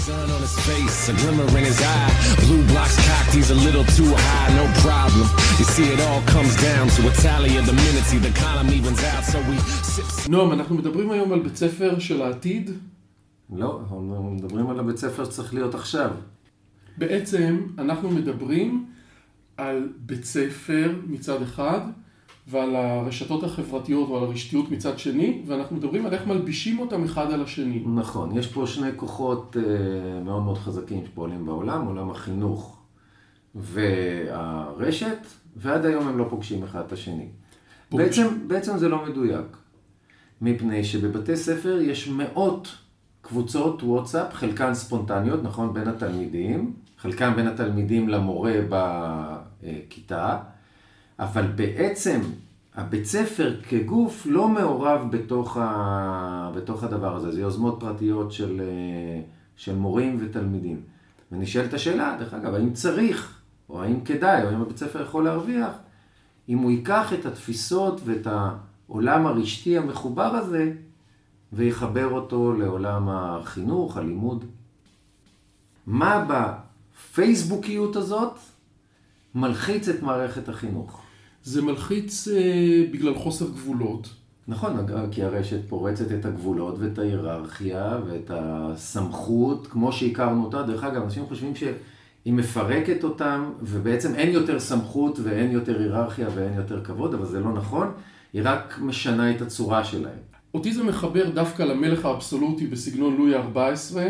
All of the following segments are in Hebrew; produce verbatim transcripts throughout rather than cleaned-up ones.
sun on his face, a glimmer in his eye. Blue blocks cocked, he's a little too high, no problem. You see it all comes down to a tally of the minutes, the column evens out, so we sip. נועם, אנחנו מדברים היום על בית ספר של העתיד? לא, אנחנו מדברים על הבית ספר שצריך להיות עכשיו. בעצם אנחנו מדברים על בית ספר מצד אחד, ועל הרשתות החברתיות או על הרשתיות מצד שני, ואנחנו מדברים על איך מלבישים אותם אחד על השני. נכון, יש פה שני כוחות אה, מאוד מאוד חזקים שפועלים בעולם, עולם החינוך והרשת, ועד היום הם לא פוגשים אחד את השני. בעצם, בעצם זה לא מדויק, מפני שבבתי ספר יש מאות קבוצות וואטסאפ, חלקן ספונטניות, נכון, בין התלמידים, חלקן בין התלמידים למורה בכיתה, אבל בעצם הבית ספר כגוף לא מעורב בתוך, ה... בתוך הדבר הזה. זה יוזמות פרטיות של, של מורים ותלמידים. ונשאלת השאלה, דרך אגב, האם צריך, או האם כדאי, או האם הבית ספר יכול להרוויח, אם הוא ייקח את התפיסות ואת העולם הרשתי המחובר הזה, ויחבר אותו לעולם החינוך, הלימוד. מה בפייסבוקיות הזאת מלחיץ את מערכת החינוך? זה מלחיץ אה, בגלל חוסר גבולות. נכון, כי הרשת פורצת את הגבולות ואת ההיררכיה ואת הסמכות, כמו שהכרנו אותה. דרך אגב, אנשים חושבים שהיא מפרקת אותם, ובעצם אין יותר סמכות ואין יותר היררכיה ואין יותר כבוד, אבל זה לא נכון. היא רק משנה את הצורה שלהם. אותי זה מחבר דווקא למלך האבסולוטי בסגנון לואי ה-ארבע עשרה,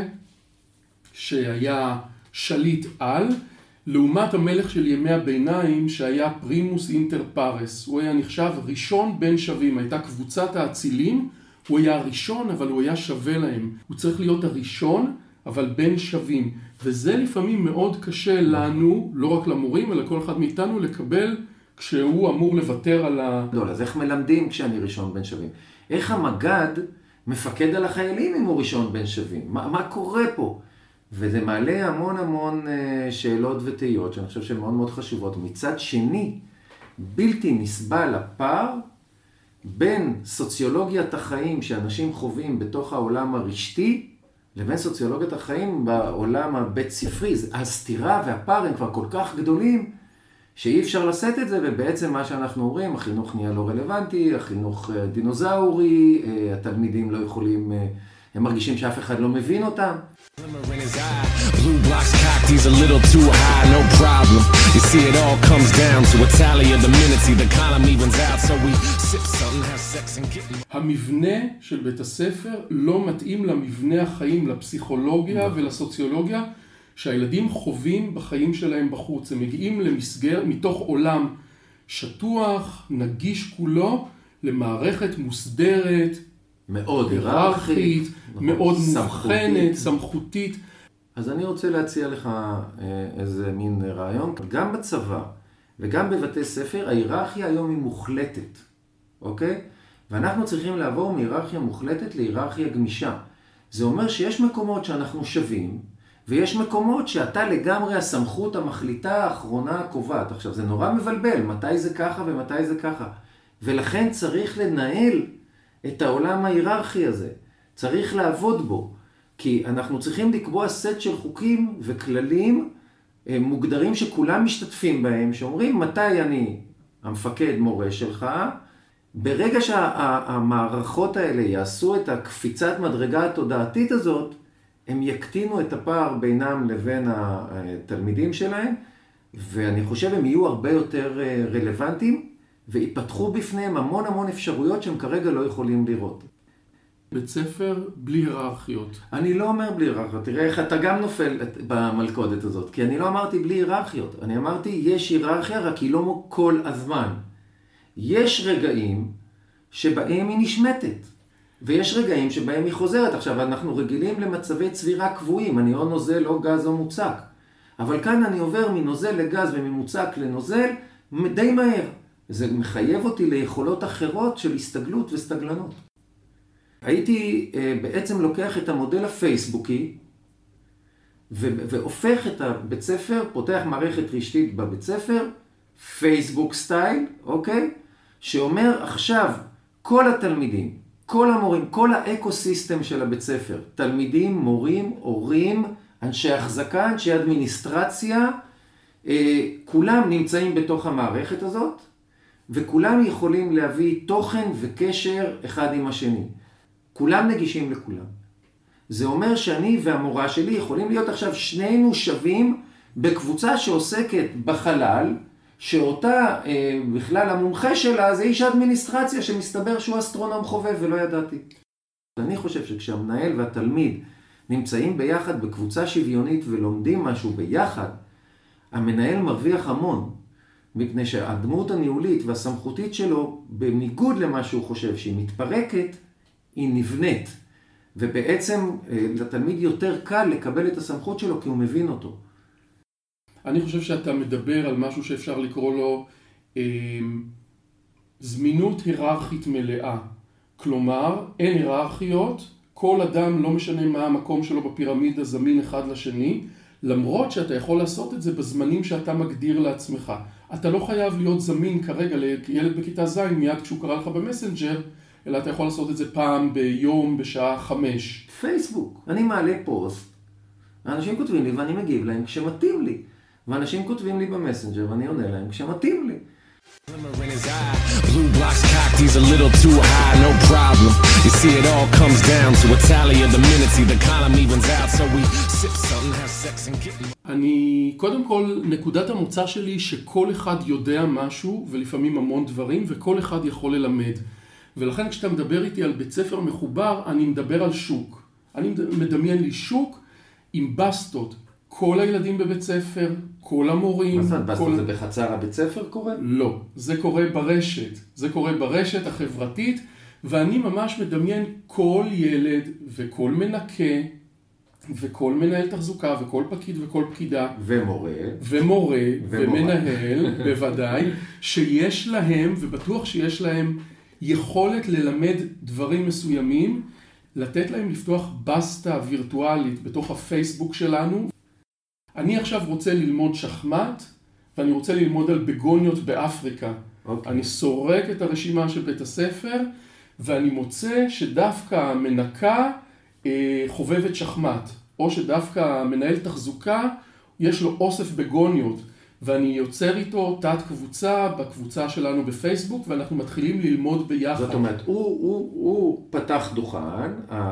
שהיה שליט על, לעומת המלך של ימי הביניים שהיה פרימוס אינטר פארס. הוא היה נחשב ראשון בין שווים, הייתה קבוצת האצילים, הוא היה הראשון אבל הוא היה שווה להם. הוא צריך להיות הראשון אבל בין שווים. וזה לפעמים מאוד קשה לנו, לא רק למורים אלא כל אחד מאיתנו, לקבל כשהוא אמור לוותר על ה... לא, אז איך מלמדים כשאני ראשון בין שווים? איך המגד מפקד על החיילים אם הוא ראשון בין שווים? מה, מה קורה פה? וזה מעלה המון המון שאלות ותהיות, שאני חושב שהן מאוד מאוד חשובות. מצד שני, בלתי נסבל הפער בין סוציולוגיית החיים שאנשים חווים בתוך העולם הרשתי, לבין סוציולוגיית החיים בעולם הבית ספרי. הסתירה והפער הם כבר כל כך גדולים, שאי אפשר לשאת את זה, ובעצם מה שאנחנו אומרים, החינוך נהיה לא רלוונטי, החינוך דינוזאורי, התלמידים לא יכולים, הם מרגישים שאף אחד לא מבין אותם. Blue blocks cocked, he's a little too high, no problem. You see it all comes down to a tally of the minutes, the column evens out, so we sip something, have sex and get... המבנה של בית הספר לא מתאים למבנה החיים, לפסיכולוגיה ולסוציולוגיה שהילדים חווים בחיים שלהם בחוץ. הם מגיעים למסגר מתוך עולם שטוח, נגיש כולו, למערכת מוסדרת, מאוד היררכית, מאוד מובחנת, סמכותית. אז אני רוצה להציע לך איזה מין רעיון. גם בצבא וגם בבתי ספר, ההיררכיה היום היא מוחלטת, אוקיי? ואנחנו צריכים לעבור מהיררכיה מוחלטת להיררכיה גמישה. זה אומר שיש מקומות שאנחנו שווים, ויש מקומות שאתה לגמרי הסמכות המחליטה האחרונה הקובעת. עכשיו, זה נורא מבלבל, מתי זה ככה ומתי זה ככה. ולכן צריך לנהל את העולם ההיררכי הזה. צריך לעבוד בו. כי אנחנו צריכים לקבוע סט של חוקים וכללים מוגדרים שכולם משתתפים בהם, שאומרים מתי אני המפקד מורה שלך. ברגע שהמערכות האלה יעשו את הקפיצת מדרגה התודעתית הזאת, הם יקטינו את הפער בינם לבין התלמידים שלהם, ואני חושב הם יהיו הרבה יותר רלוונטיים, ויפתחו בפניהם המון המון אפשרויות שהם כרגע לא יכולים לראות. בית ספר בלי היררכיות. אני לא אומר בלי היררכיות. תראה איך אתה גם נופל במלכודת הזאת, כי אני לא אמרתי בלי היררכיות. אני אמרתי יש היררכיה, רק היא לא כל הזמן. יש רגעים שבהם היא נשמטת, ויש רגעים שבהם היא חוזרת. עכשיו, אנחנו רגילים למצבי צבירה קבועים, אני או נוזל או גז או מוצק. אבל כאן אני עובר מנוזל לגז וממוצק לנוזל די מהר. זה מחייב אותי ליכולות אחרות של הסתגלות וסתגלנות. הייתי בעצם לוקח את המודל הפייסבוקי, והופך את הבית ספר, פותח מערכת רשתית בבית ספר, פייסבוק סטייל, אוקיי? שאומר עכשיו כל התלמידים, כל המורים, כל האקוסיסטם של הבית ספר, תלמידים, מורים, הורים, אנשי החזקה, אנשי אדמיניסטרציה, כולם נמצאים בתוך המערכת הזאת, וכולם יכולים להביא תוכן וקשר אחד עם השני. כולם נגישים לכולם. זה אומר שאני והמורה שלי יכולים להיות עכשיו שנינו שווים בקבוצה שעוסקת בחלל, שאותה אה, בכלל המומחה שלה זה איש האדמיניסטרציה שמסתבר שהוא אסטרונום חובב ולא ידעתי. אני חושב שכשהמנהל והתלמיד נמצאים ביחד בקבוצה שוויונית ולומדים משהו ביחד, המנהל מרוויח המון, מפני שהדמות הניהולית והסמכותית שלו, בניגוד למה שהוא חושב שהיא מתפרקת, היא נבנית. ובעצם לתלמיד יותר קל לקבל את הסמכות שלו כי הוא מבין אותו. אני חושב שאתה מדבר על משהו שאפשר לקרוא לו אה, זמינות היררכית מלאה. כלומר, אין היררכיות, כל אדם לא משנה מה המקום שלו בפירמידה זמין אחד לשני, למרות שאתה יכול לעשות את זה בזמנים שאתה מגדיר לעצמך. אתה לא חייב להיות זמין כרגע לילד בכיתה ז' מיד כשהוא קרא לך במסנג'ר, אלא אתה יכול לעשות את זה פעם ביום בשעה חמש. פייסבוק. אני מעלה פוסט, האנשים כותבים לי ואני מגיב להם כשמתאים לי. ואנשים כותבים לי במסנג'ר ואני עונה להם כשמתאים לי. Blue blocks cocked, he's a little too high, no problem. You see it all comes down to a tally of the minutes, the column evens out, so we sip something, have sex and get... אני, קודם כל, נקודת המוצא שלי שכל אחד יודע משהו, ולפעמים המון דברים, וכל אחד יכול ללמד. ולכן כשאתה מדבר איתי על בית ספר מחובר, אני מדבר על שוק. אני מדמיין לי שוק עם בסטות. כל הילדים בבית ספר, כל המורים... מה זאת, בסטות כל... זה בחצר הבית ספר קורה? לא, זה קורה ברשת. זה קורה ברשת החברתית, ואני ממש מדמיין כל ילד וכל מנקה, וכל מנהל תחזוקה, וכל פקיד וכל פקידה. ומורה. ומורה, ומנהל, בוודאי, שיש להם, ובטוח שיש להם, יכולת ללמד דברים מסוימים, לתת להם לפתוח בסטה וירטואלית בתוך הפייסבוק שלנו. אני עכשיו רוצה ללמוד שחמט, ואני רוצה ללמוד על בגוניות באפריקה. Okay. אני סורק את הרשימה של בית הספר, ואני מוצא שדווקא המנקה אה, חובבת שחמט, או שדווקא מנהל תחזוקה יש לו אוסף בגוניות, ואני יוצר איתו תת קבוצה בקבוצה שלנו בפייסבוק, ואנחנו מתחילים ללמוד ביחד. זאת אומרת, הוא, הוא, הוא פתח דוכן,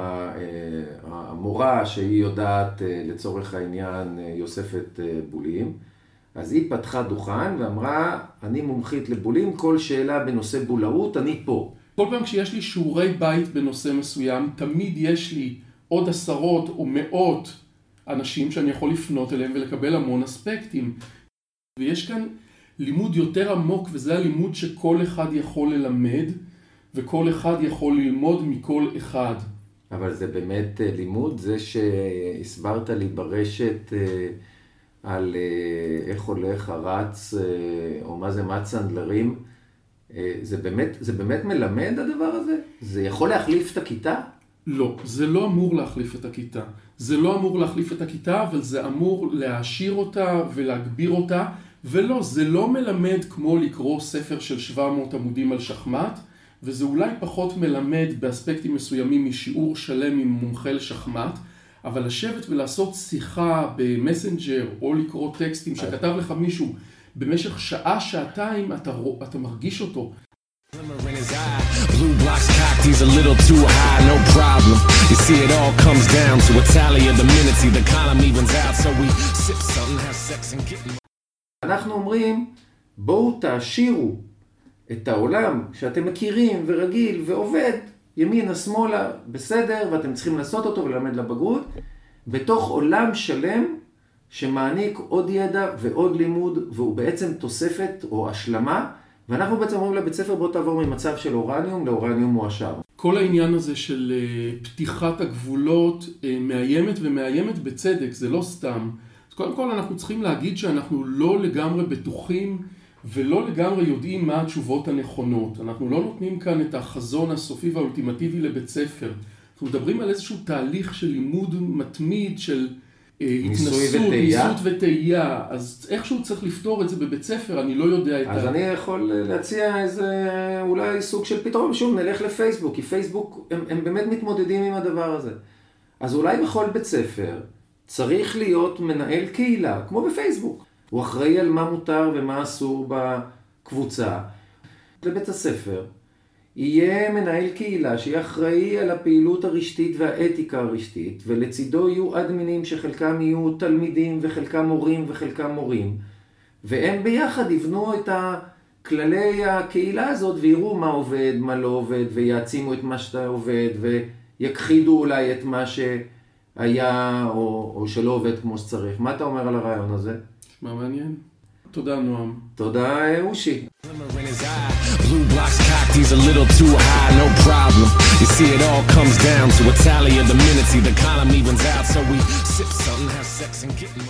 המורה שהיא יודעת לצורך העניין יוספת בולים, אז היא פתחה דוכן ואמרה, אני מומחית לבולים, כל שאלה בנושא בולאות, אני פה. כל פעם כשיש לי שיעורי בית בנושא מסוים, תמיד יש לי עוד עשרות או מאות אנשים שאני יכול לפנות אליהם ולקבל המון אספקטים. ויש כאן לימוד יותר עמוק, וזה הלימוד שכל אחד יכול ללמד, וכל אחד יכול ללמוד מכל אחד. אבל זה באמת לימוד, זה שהסברת לי ברשת על איך הולך הרץ, או מה זה מצנדלרים, זה באמת, זה באמת מלמד הדבר הזה? זה יכול להחליף את הכיתה? לא, זה לא אמור להחליף את הכיתה. זה לא אמור להחליף את הכיתה, אבל זה אמור להעשיר אותה ולהגביר אותה, ולא, זה לא מלמד כמו לקרוא ספר של שבע מאות עמודים על שחמט, וזה אולי פחות מלמד באספקטים מסוימים משיעור שלם עם מומחה לשחמט, אבל לשבת ולעשות שיחה במסנג'ר או לקרוא טקסטים שכתב לך מישהו במשך שעה, שעתיים, אתה, אתה מרגיש אותו. Blue blocks cocked, he's a little too high, no problem. You see it all comes down to a tally of the minutes, the column evens out, so we sip something, have sex and get... אנחנו אומרים, בואו תעשירו את העולם שאתם מכירים ורגיל ועובד, ימינה, שמאלה, בסדר, ואתם צריכים לעשות אותו וללמד לבגרות, בתוך עולם שלם שמעניק עוד ידע ועוד לימוד, והוא בעצם תוספת או השלמה, ואנחנו בעצם אומרים לבית ספר, בוא תעבור ממצב של אורניום לאורניום מועשר. כל העניין הזה של פתיחת הגבולות מאיימת ומאיימת בצדק, זה לא סתם. אז קודם כל אנחנו צריכים להגיד שאנחנו לא לגמרי בטוחים ולא לגמרי יודעים מה התשובות הנכונות. אנחנו לא נותנים כאן את החזון הסופי והאולטימטיבי לבית ספר. אנחנו מדברים על איזשהו תהליך של לימוד מתמיד, של התנסות, ניסות וטעייה. אז איכשהו צריך לפתור את זה בבית ספר, אני לא יודע את ה... אז אני יכול להציע איזה אולי סוג של פתרון. שוב, נלך לפייסבוק, כי פייסבוק, הם, הם באמת מתמודדים עם הדבר הזה. אז אולי בכל בית ספר צריך להיות מנהל קהילה, כמו בפייסבוק. הוא אחראי על מה מותר ומה אסור בקבוצה. לבית הספר יהיה מנהל קהילה שיהיה אחראי על הפעילות הרשתית והאתיקה הרשתית, ולצידו יהיו אדמינים שחלקם יהיו תלמידים וחלקם מורים וחלקם מורים, והם ביחד יבנו את כללי הקהילה הזאת ויראו מה עובד, מה לא עובד, ויעצימו את מה שאתה עובד, ויכחידו אולי את מה שהיה או, או שלא עובד כמו שצריך. מה אתה אומר על הרעיון הזה? מה מעניין? תודה נועם. תודה אושי. Blue blocks cocked, he's a little too high, no problem. You see, it all comes down to a tally of the minutes. The column evens out, so we sip something, have sex, and get